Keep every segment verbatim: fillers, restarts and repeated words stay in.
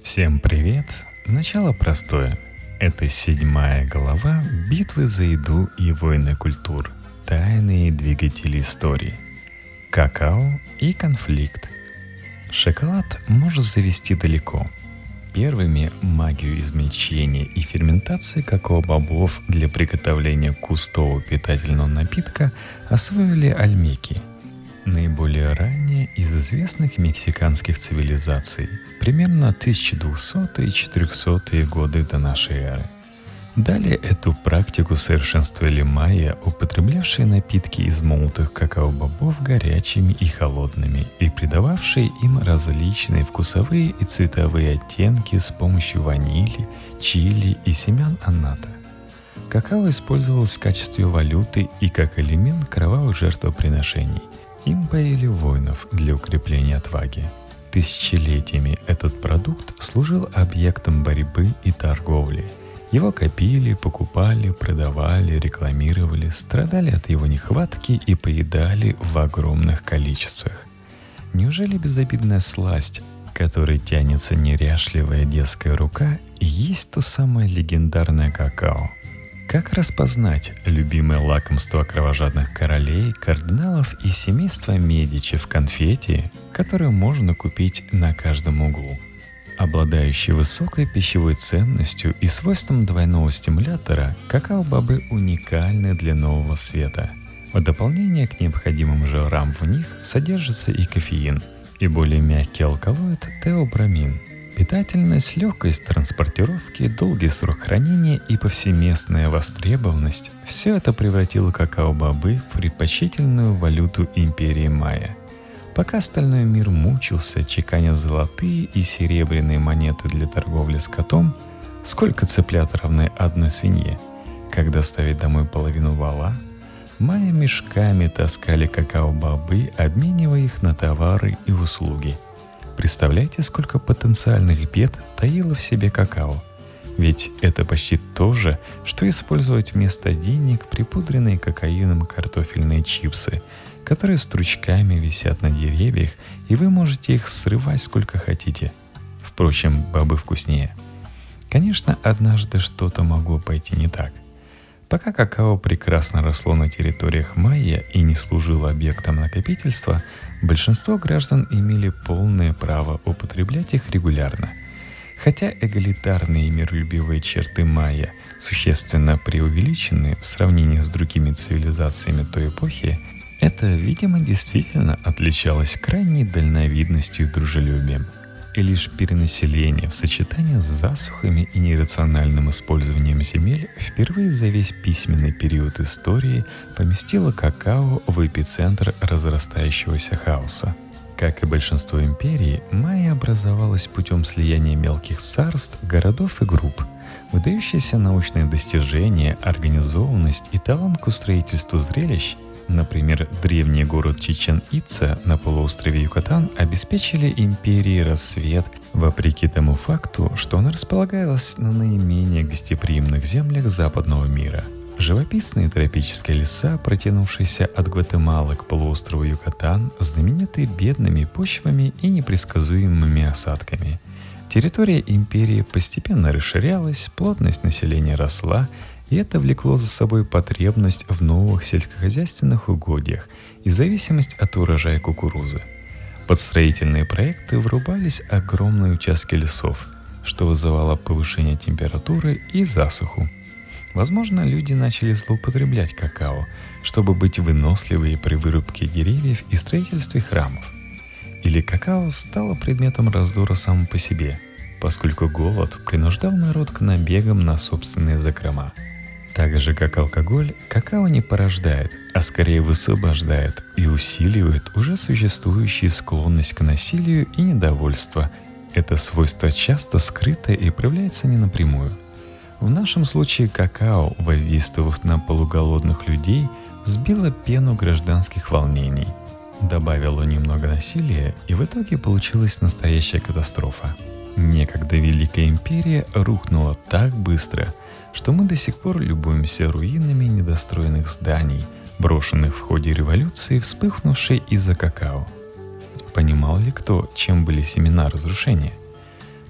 Всем привет! Начало простое. Это седьмая глава «Битвы за еду и войны культур. Тайные двигатели истории. Какао и конфликт». Шоколад может завести далеко. Первыми магию измельчения и ферментации какао-бобов для приготовления густого питательного напитка освоили ольмеки. Наиболее ранее из известных мексиканских цивилизаций, примерно тысяча двухсотые - четырехсотые годы до нашей эры. Далее эту практику совершенствовали майя, употреблявшие напитки из молотых какао-бобов горячими и холодными и придававшие им различные вкусовые и цветовые оттенки с помощью ванили, чили и семян анната. Какао использовалось в качестве валюты и как элемент кровавых жертвоприношений. Им поили воинов для укрепления отваги. Тысячелетиями этот продукт служил объектом борьбы и торговли. Его копили, покупали, продавали, рекламировали, страдали от его нехватки и поедали в огромных количествах. Неужели безобидная сласть, к которой тянется неряшливая детская рука, и есть то самое легендарное какао? Как распознать любимое лакомство кровожадных королей, кардиналов и семейства Медичи в конфете, которую можно купить на каждом углу? Обладающий высокой пищевой ценностью и свойством двойного стимулятора, какао-бобы уникальны для нового света. В дополнение к необходимым жирам в них содержится и кофеин, и более мягкий алкалоид теобрамин. Питательность, легкость транспортировки, долгий срок хранения и повсеместная востребованность – все это превратило какао-бобы в предпочтительную валюту империи майя. Пока остальной мир мучился, чеканя золотые и серебряные монеты для торговли с котом, сколько цыплят равны одной свинье, как доставить домой половину вала, майя мешками таскали какао-бобы, обменивая их на товары и услуги. Представляете, сколько потенциальных бед таило в себе какао? Ведь это почти то же, что использовать вместо денег припудренные кокаином картофельные чипсы, которые стручками висят на деревьях, и вы можете их срывать сколько хотите. Впрочем, бобы вкуснее. Конечно, однажды что-то могло пойти не так. Пока какао прекрасно росло на территориях майя и не служило объектом накопительства, большинство граждан имели полное право употреблять их регулярно. Хотя эгалитарные и миролюбивые черты майя существенно преувеличены в сравнении с другими цивилизациями той эпохи, это, видимо, действительно отличалось крайней дальновидностью и дружелюбием. И лишь перенаселение в сочетании с засухами и нерациональным использованием земель впервые за весь письменный период истории поместило какао в эпицентр разрастающегося хаоса. Как и большинство империй, майя образовалась путем слияния мелких царств, городов и групп. Выдающиеся научные достижения, организованность и талант к устроительству зрелищ, например, древний город Чичен-Ица на полуострове Юкатан, обеспечили империи рассвет, вопреки тому факту, что она располагалась на наименее гостеприимных землях западного мира. Живописные тропические леса, протянувшиеся от Гватемалы к полуострову Юкатан, знамениты бедными почвами и непредсказуемыми осадками. Территория империи постепенно расширялась, плотность населения росла, и это влекло за собой потребность в новых сельскохозяйственных угодьях и зависимость от урожая кукурузы. Под строительные проекты врубались огромные участки лесов, что вызывало повышение температуры и засуху. Возможно, люди начали злоупотреблять какао, чтобы быть выносливыми при вырубке деревьев и строительстве храмов. Или какао стало предметом раздора само по себе, поскольку голод принуждал народ к набегам на собственные закрома. Так же, как алкоголь, какао не порождает, а скорее высвобождает и усиливает уже существующую склонность к насилию и недовольство. Это свойство часто скрыто и проявляется не напрямую. В нашем случае какао, воздействовав на полуголодных людей, сбило пену гражданских волнений, добавило немного насилия, и в итоге получилась настоящая катастрофа. Некогда Великая империя рухнула так быстро, что мы до сих пор любуемся руинами недостроенных зданий, брошенных в ходе революции, вспыхнувшей из-за какао. Понимал ли кто, чем были семена разрушения?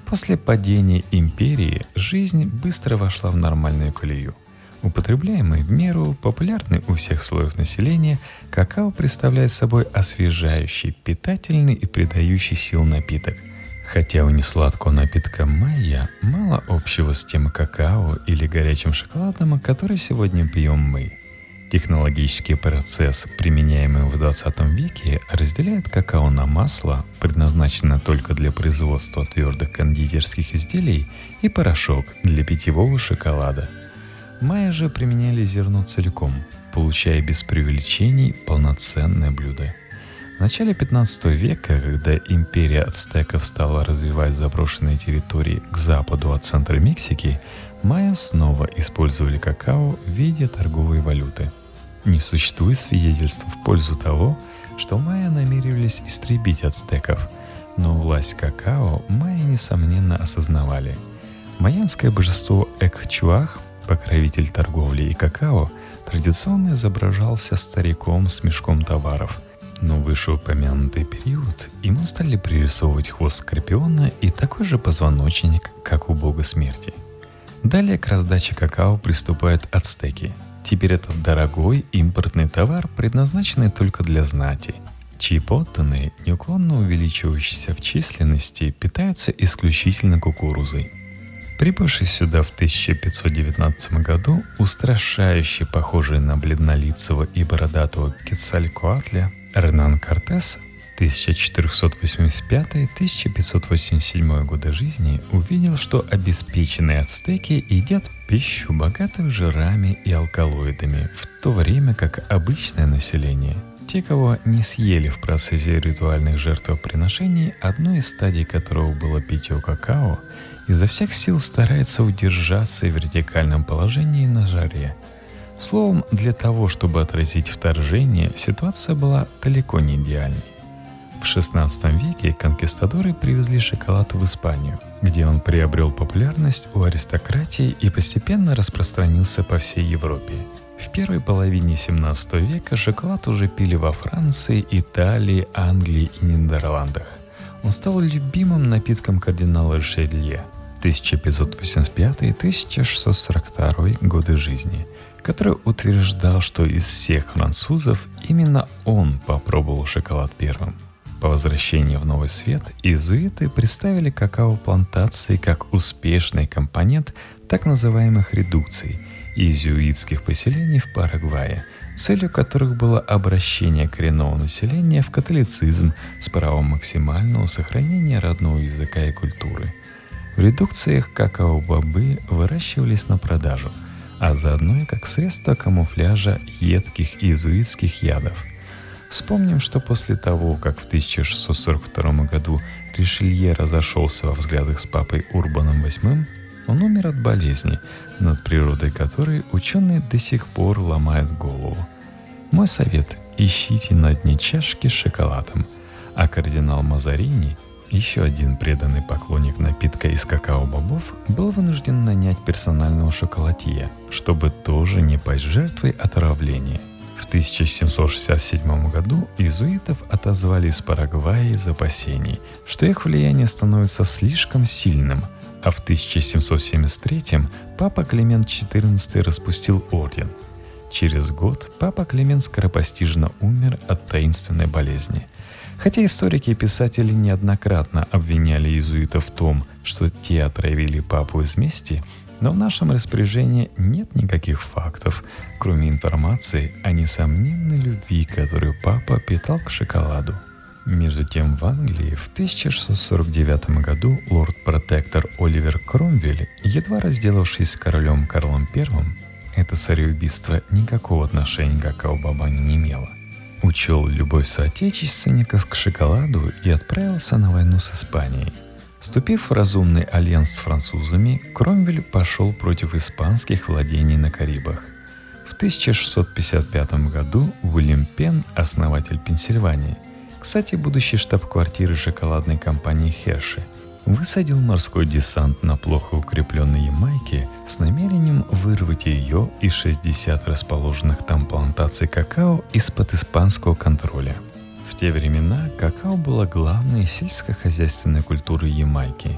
после падения империи жизнь быстро вошла в нормальную колею. Употребляемый в меру, популярный у всех слоев населения, какао представляет собой освежающий, питательный и придающий сил напиток. Хотя у несладкого напитка майя мало общего с тем какао или горячим шоколадом, который сегодня пьем мы. Технологический процесс, применяемый в двадцатом веке, разделяет какао на масло, предназначенное только для производства твердых кондитерских изделий, и порошок для питьевого шоколада. Майя же применяли зерно целиком, получая без преувеличений полноценное блюдо. В начале пятнадцатого века, когда империя ацтеков стала развивать заброшенные территории к западу от центра Мексики, майя снова использовали какао в виде торговой валюты. Не существует свидетельств в пользу того, что майя намеревались истребить ацтеков, но власть какао майя, несомненно, осознавали. Майянское божество Экчуах, покровитель торговли и какао, традиционно изображался стариком с мешком товаров, но в вышеупомянутый период ему стали пририсовывать хвост скорпиона и такой же позвоночник, как у бога смерти. Далее к раздаче какао приступают ацтеки. Теперь это дорогой импортный товар, предназначенный только для знати, чьи подданные, неуклонно увеличивающиеся в численности, питаются исключительно кукурузой. Прибывший сюда в тысяча пятьсот девятнадцатом году, устрашающе похожий на бледнолицего и бородатого Кецалькоатля, Эрнан Кортес тысяча четыреста восемьдесят пятый — тысяча пятьсот восемьдесят седьмой года жизни, увидел, что обеспеченные ацтеки едят пищу, богатую жирами и алкалоидами, в то время как обычное население, те, кого не съели в процессе ритуальных жертвоприношений, одной из стадий которого было питье какао, изо всех сил старается удержаться в вертикальном положении на жаре. Словом, для того, чтобы отразить вторжение, ситуация была далеко не идеальной. В шестнадцатом веке конкистадоры привезли шоколад в Испанию, где он приобрел популярность у аристократии и постепенно распространился по всей Европе. В первой половине семнадцатого века шоколад уже пили во Франции, Италии, Англии и Нидерландах. Он стал любимым напитком кардинала Ришелье тысяча пятьсот восемьдесят пятый — тысяча шестьсот сорок второй годы жизни, который утверждал, что из всех французов именно он попробовал шоколад первым. По возвращении в Новый Свет иезуиты представили какао-плантации как успешный компонент так называемых редукций иезуитских поселений в Парагвае, целью которых было обращение коренного населения в католицизм с правом максимального сохранения родного языка и культуры. В редукциях какао-бобы выращивались на продажу, а заодно и как средство камуфляжа едких иезуитских ядов. Вспомним, что после того, как в тысяча шестьсот сорок втором году Ришелье разошелся во взглядах с папой Урбаном восьмым, он умер от болезни, над природой которой ученые до сих пор ломают голову. Мой совет – ищите на дне чашки с шоколадом, а кардинал Мазарини, еще один преданный поклонник напитка из какао-бобов, был вынужден нанять персонального шоколадье, чтобы тоже не пасть жертвой отравления. В тысяча семьсот шестьдесят седьмом году иезуитов отозвали из Парагвая из опасений, что их влияние становится слишком сильным, а в тысяча семьсот семьдесят третьем папа Климент четырнадцатый распустил орден. Через год папа Климент скоропостижно умер от таинственной болезни. Хотя историки и писатели неоднократно обвиняли иезуитов в том, что те отравили папу из мести, но в нашем распоряжении нет никаких фактов, кроме информации о несомненной любви, которую папа питал к шоколаду. Между тем в Англии в тысяча шестьсот сорок девятом году лорд-протектор Оливер Кромвель, едва разделавшись с королем Карлом Первым, это цареубийство никакого отношения к какао-бобам не имело, учел любовь соотечественников к шоколаду и отправился на войну с Испанией. Вступив в разумный альянс с французами, Кромвель пошел против испанских владений на Карибах. В тысяча шестьсот пятьдесят пятом году Уильям Пенн, основатель Пенсильвании, кстати, будущий штаб-квартиры шоколадной компании Херши, высадил морской десант на плохо укрепленной Ямайке с намерением вырвать ее и шестьдесят расположенных там плантаций какао из-под испанского контроля. В те времена какао было главной сельскохозяйственной культурой Ямайки.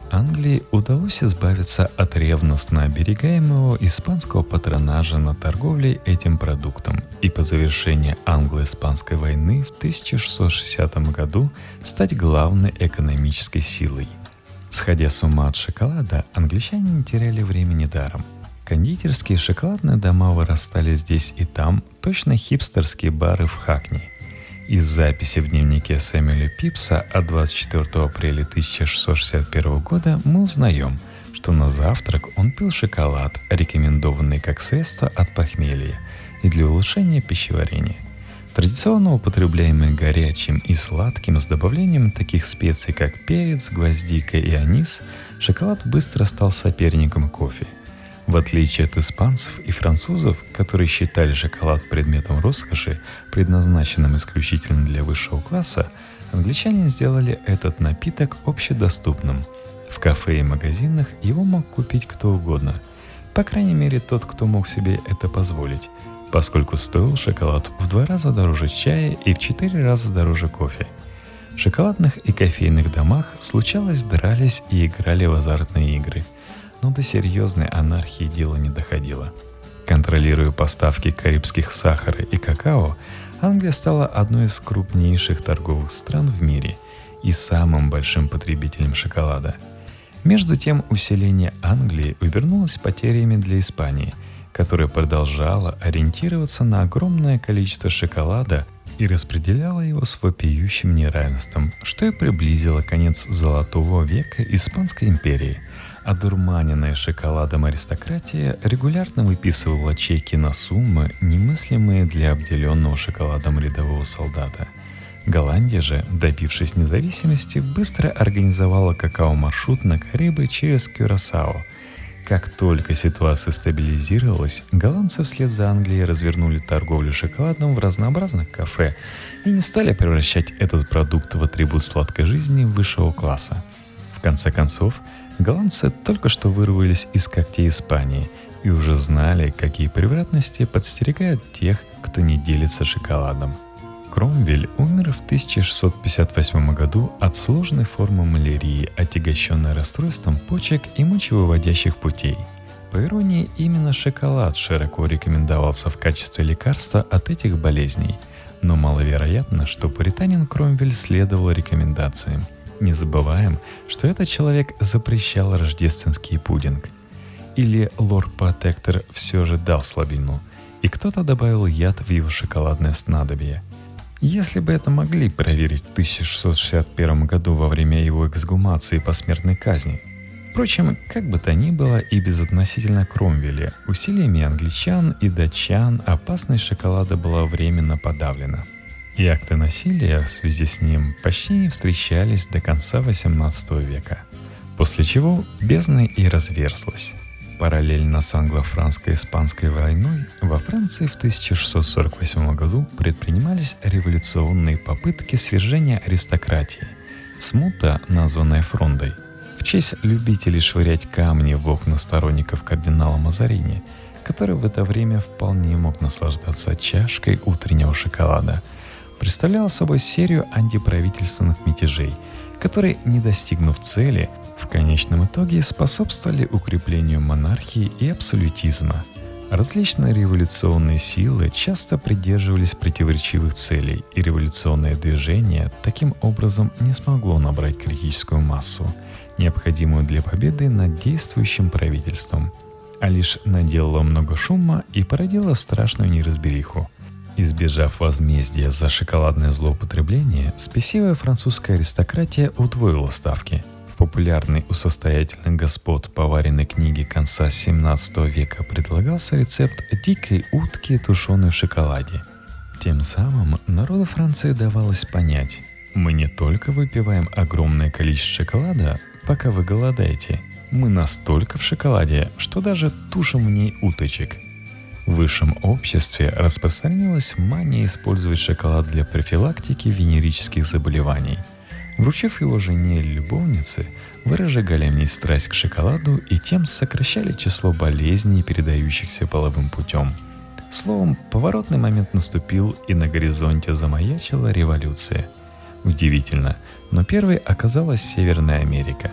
Англии удалось избавиться от ревностно оберегаемого испанского патронажа над торговлей этим продуктом и по завершении англо-испанской войны в тысяча шестьсот шестидесятом году стать главной экономической силой. Сходя с ума от шоколада, англичане не теряли времени даром. Кондитерские и шоколадные дома вырастали здесь и там, точно хипстерские бары в Хакни. Из записи в дневнике Сэмюэля Пипса от двадцать четвёртого апреля тысяча шестьсот шестьдесят первого года мы узнаем, что на завтрак он пил шоколад, рекомендованный как средство от похмелья и для улучшения пищеварения. Традиционно употребляемый горячим и сладким с добавлением таких специй, как перец, гвоздика и анис, шоколад быстро стал соперником кофе. В отличие от испанцев и французов, которые считали шоколад предметом роскоши, предназначенным исключительно для высшего класса, англичане сделали этот напиток общедоступным. В кафе и магазинах его мог купить кто угодно. По крайней мере, тот, кто мог себе это позволить, поскольку стоил шоколад в два раза дороже чая и в четыре раза дороже кофе. В шоколадных и кофейных домах случалось дрались и играли в азартные игры. Но до серьезной анархии дело не доходило. Контролируя поставки карибских сахара и какао, Англия стала одной из крупнейших торговых стран в мире и самым большим потребителем шоколада. Между тем, усиление Англии обернулось потерями для Испании, которая продолжала ориентироваться на огромное количество шоколада и распределяла его с вопиющим неравенством, что и приблизило конец Золотого века Испанской империи. Одурманенная шоколадом аристократия регулярно выписывала чеки на суммы, немыслимые для обделенного шоколадом рядового солдата. Голландия же, добившись независимости, быстро организовала какао-маршрут на Карибы через Кюрасао. Как только ситуация стабилизировалась, голландцы вслед за Англией развернули торговлю шоколадом в разнообразных кафе и не стали превращать этот продукт в атрибут сладкой жизни высшего класса. В конце концов, голландцы только что вырвались из когтей Испании и уже знали, какие превратности подстерегают тех, кто не делится шоколадом. Кромвель умер в тысяча шестьсот пятьдесят восьмом году от сложной формы малярии, отягощенной расстройством почек и мочевыводящих путей. По иронии, именно шоколад широко рекомендовался в качестве лекарства от этих болезней, но маловероятно, что пуританин Кромвель следовал рекомендациям. Не забываем, что этот человек запрещал рождественский пудинг. Или лорд-протектор все же дал слабину, и кто-то добавил яд в его шоколадное снадобье. Если бы это могли проверить в тысяча шестьсот шестьдесят первом году во время его эксгумации и посмертной казни. Впрочем, как бы то ни было, и безотносительно Кромвеля, усилиями англичан и датчан опасность шоколада была временно подавлена. И акты насилия в связи с ним почти не встречались до конца восемнадцатого века, после чего бездна и разверзлась. Параллельно с англо-франко-испанской войной во Франции в тысяча шестьсот сорок восьмом году предпринимались революционные попытки свержения аристократии. Смута, названная Фрондой, в честь любителей швырять камни в окна сторонников кардинала Мазарини, который в это время вполне мог наслаждаться чашкой утреннего шоколада, представляла собой серию антиправительственных мятежей, которые, не достигнув цели, в конечном итоге способствовали укреплению монархии и абсолютизма. Различные революционные силы часто придерживались противоречивых целей, и революционное движение таким образом не смогло набрать критическую массу, необходимую для победы над действующим правительством, а лишь наделало много шума и породило страшную неразбериху. Избежав возмездия за шоколадное злоупотребление, спесивая французская аристократия удвоила ставки. В популярной у состоятельных господ поваренной книге конца семнадцатого века предлагался рецепт дикой утки, тушеной в шоколаде. Тем самым народу Франции давалось понять: мы не только выпиваем огромное количество шоколада, пока вы голодаете, мы настолько в шоколаде, что даже тушим в ней уточек. В высшем обществе распространилась мания использовать шоколад для профилактики венерических заболеваний. Вручив его жене или любовнице, вы разжигали в ней страсть к шоколаду и тем сокращали число болезней, передающихся половым путем. Словом, поворотный момент наступил, и на горизонте замаячила революция. Удивительно, но первой оказалась Северная Америка.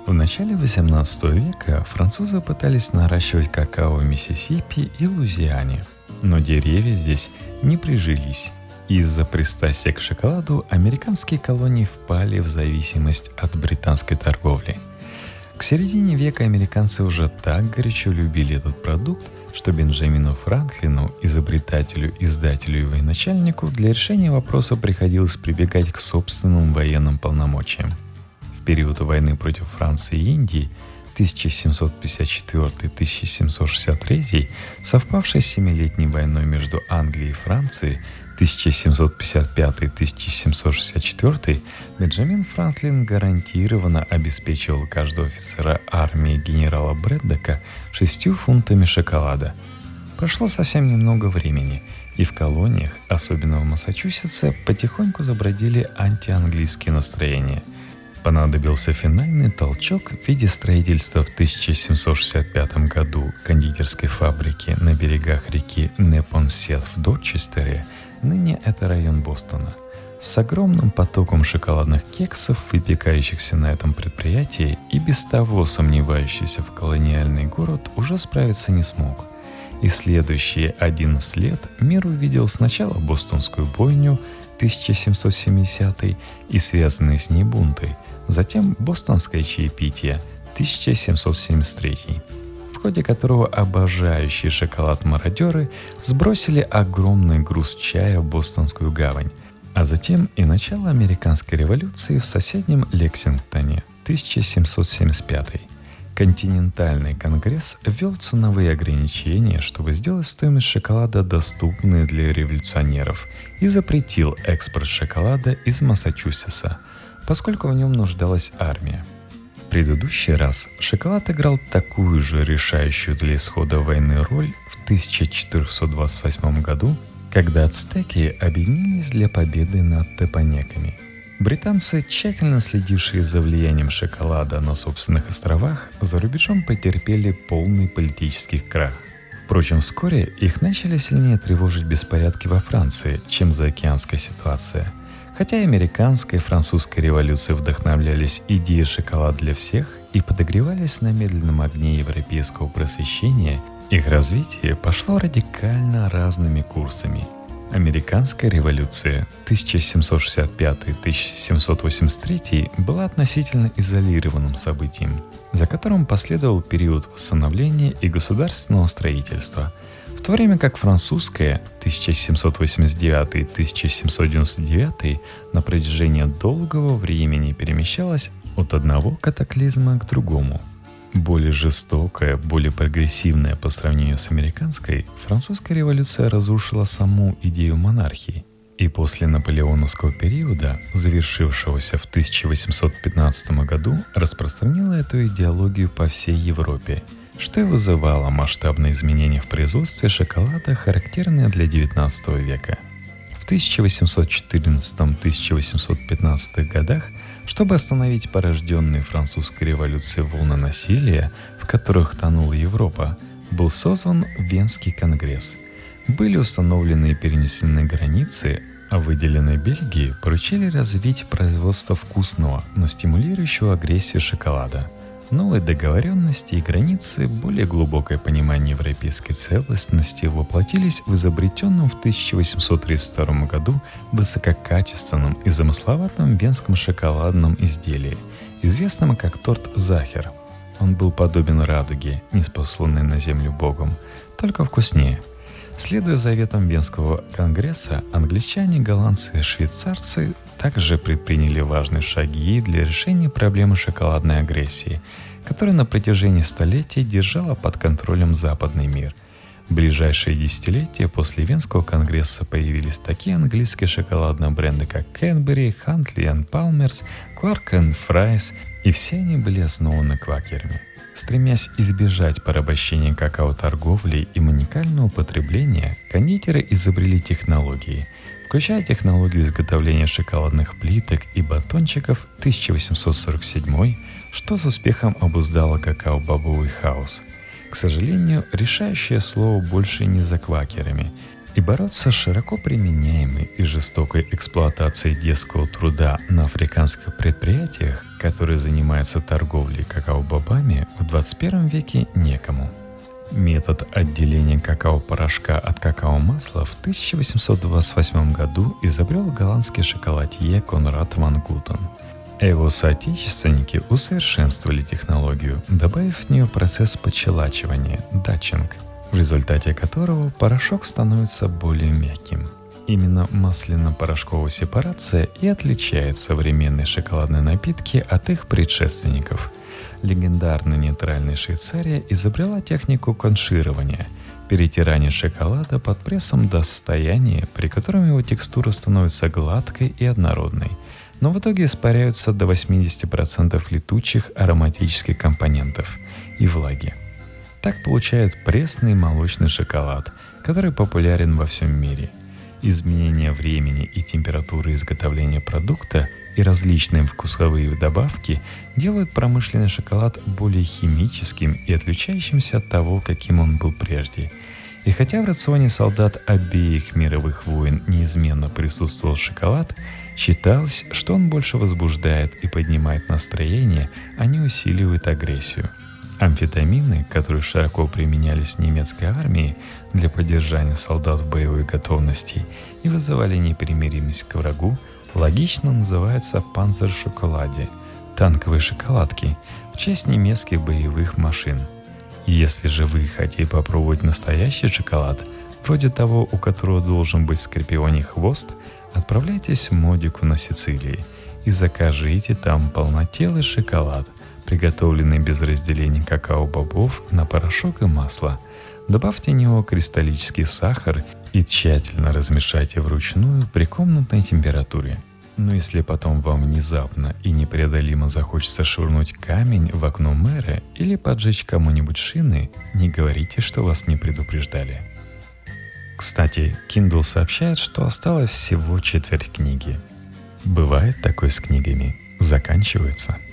В начале восемнадцатого века французы пытались наращивать какао в Миссисипи и Луизиане, но деревья здесь не прижились. Из-за пристрастия к шоколаду американские колонии впали в зависимость от британской торговли. К середине века американцы уже так горячо любили этот продукт, что Бенджамину Франклину, изобретателю, издателю и военачальнику, для решения вопроса приходилось прибегать к собственным военным полномочиям. В период войны против Франции и Индии тысяча семьсот пятьдесят четвёртый — тысяча семьсот шестьдесят третий, совпавшей с семилетней войной между Англией и Францией тысяча семьсот пятьдесят пятый — тысяча семьсот шестьдесят четвёртый, Бенджамин Франклин гарантированно обеспечивал каждого офицера армии генерала Брэддока шестью фунтами шоколада. Прошло совсем немного времени, и в колониях, особенно в Массачусетсе, потихоньку забродили антианглийские настроения. Понадобился финальный толчок в виде строительства в тысяча семьсот шестьдесят пятом году кондитерской фабрики на берегах реки Непонсет в Дорчестере, ныне это район Бостона. С огромным потоком шоколадных кексов, выпекающихся на этом предприятии, и без того сомневающийся в колониальный город уже справиться не смог. И следующие одиннадцать лет мир увидел сначала бостонскую бойню тысяча семьсот семидесятый и связанные с ней бунты, затем бостонское чаепитие тысяча семьсот семьдесят третий, в ходе которого обожающие шоколад мародеры сбросили огромный груз чая в бостонскую гавань, а затем и начало американской революции в соседнем Лексингтоне тысяча семьсот семьдесят пятый. Континентальный конгресс ввел ценовые ограничения, чтобы сделать стоимость шоколада доступной для революционеров, и запретил экспорт шоколада из Массачусетса, поскольку в нем нуждалась армия. В предыдущий раз шоколад играл такую же решающую для исхода войны роль в тысяча четыреста двадцать восьмом году, когда ацтеки объединились для победы над тепанеками. Британцы, тщательно следившие за влиянием шоколада на собственных островах, за рубежом претерпели полный политический крах. Впрочем, вскоре их начали сильнее тревожить беспорядки во Франции, чем заокеанская ситуация. Хотя американская и французская революции вдохновлялись идеей шоколада для всех и подогревались на медленном огне европейского просвещения, их развитие пошло радикально разными курсами. Американская революция тысяча семьсот шестьдесят пятый — тысяча семьсот восемьдесят третий была относительно изолированным событием, за которым последовал период восстановления и государственного строительства, в то время как французская тысяча семьсот восемьдесят девятый — тысяча семьсот девяносто девятый на протяжении долгого времени перемещалась от одного катаклизма к другому. Более жестокая, более прогрессивная по сравнению с американской, французская революция разрушила саму идею монархии, и после наполеоновского периода, завершившегося в тысяча восемьсот пятнадцатом году, распространила эту идеологию по всей Европе, что и вызывало масштабные изменения в производстве шоколада, характерные для девятнадцатого века. В тысяча восемьсот четырнадцатом — тысяча восемьсот пятнадцатых годах, чтобы остановить порожденные французской революцией волны насилия, в которых тонула Европа, был создан Венский конгресс. Были установлены и перенесены границы, а выделенной Бельгии поручили развить производство вкусного, но стимулирующего агрессию шоколада. Новые договоренности и границы, более глубокое понимание европейской целостности воплотились в изобретенном в тысяча восемьсот тридцать втором году высококачественном и замысловатом венском шоколадном изделии, известном как торт Захер. Он был подобен радуге, ниспосланной на землю Богом, только вкуснее. Следуя заветам Венского конгресса, англичане, голландцы и швейцарцы также предприняли важные шаги для решения проблемы шоколадной агрессии, которая на протяжении столетий держала под контролем западный мир. В ближайшие десятилетия после Венского конгресса появились такие английские шоколадные бренды, как Cadbury, Huntley энд Palmers, Clark энд Fry's, и все они были основаны квакерами. Стремясь избежать порабощения какао-торговли и маникального потребления, кондитеры изобрели технологии, включая технологию изготовления шоколадных плиток и батончиков тысяча восемьсот сорок седьмой, что с успехом обуздало какао-бобовый хаос. К сожалению, решающее слово больше не за квакерами. И бороться с широко применяемой и жестокой эксплуатацией детского труда на африканских предприятиях, которые занимаются торговлей какао-бобами, в двадцать первом веке некому. Метод отделения какао-порошка от какао-масла в тысяча восемьсот двадцать восьмом году изобрел голландский шоколадье Конрад ван Гутен. А его соотечественники усовершенствовали технологию, добавив в нее процесс почелачивания – датчинг, в результате которого порошок становится более мягким. Именно масляно-порошковая сепарация и отличает современные шоколадные напитки от их предшественников. Легендарная нейтральная Швейцария изобрела технику конширования – перетирание шоколада под прессом до состояния, при котором его текстура становится гладкой и однородной, но в итоге испаряются до восемьдесят процентов летучих ароматических компонентов и влаги. Так получают пресный молочный шоколад, который популярен во всем мире. Изменение времени и температуры изготовления продукта и различные вкусовые добавки делают промышленный шоколад более химическим и отличающимся от того, каким он был прежде. И хотя в рационе солдат обеих мировых войн неизменно присутствовал шоколад, считалось, что он больше возбуждает и поднимает настроение, а не усиливает агрессию. Амфетамины, которые широко применялись в немецкой армии для поддержания солдат в боевой готовности и вызывали непримиримость к врагу, логично называются панцершоколаде – танковые шоколадки в честь немецких боевых машин. И если же вы хотите попробовать настоящий шоколад, вроде того, у которого должен быть скорпионий хвост, отправляйтесь в Модику на Сицилии и закажите там полнотелый шоколад, приготовленный без разделения какао-бобов на порошок и масло. Добавьте в него кристаллический сахар и тщательно размешайте вручную при комнатной температуре. Но если потом вам внезапно и непреодолимо захочется швырнуть камень в окно мэра или поджечь кому-нибудь шины, не говорите, что вас не предупреждали. Кстати, Kindle сообщает, что осталось всего четверть книги. Бывает такое с книгами. Заканчиваются.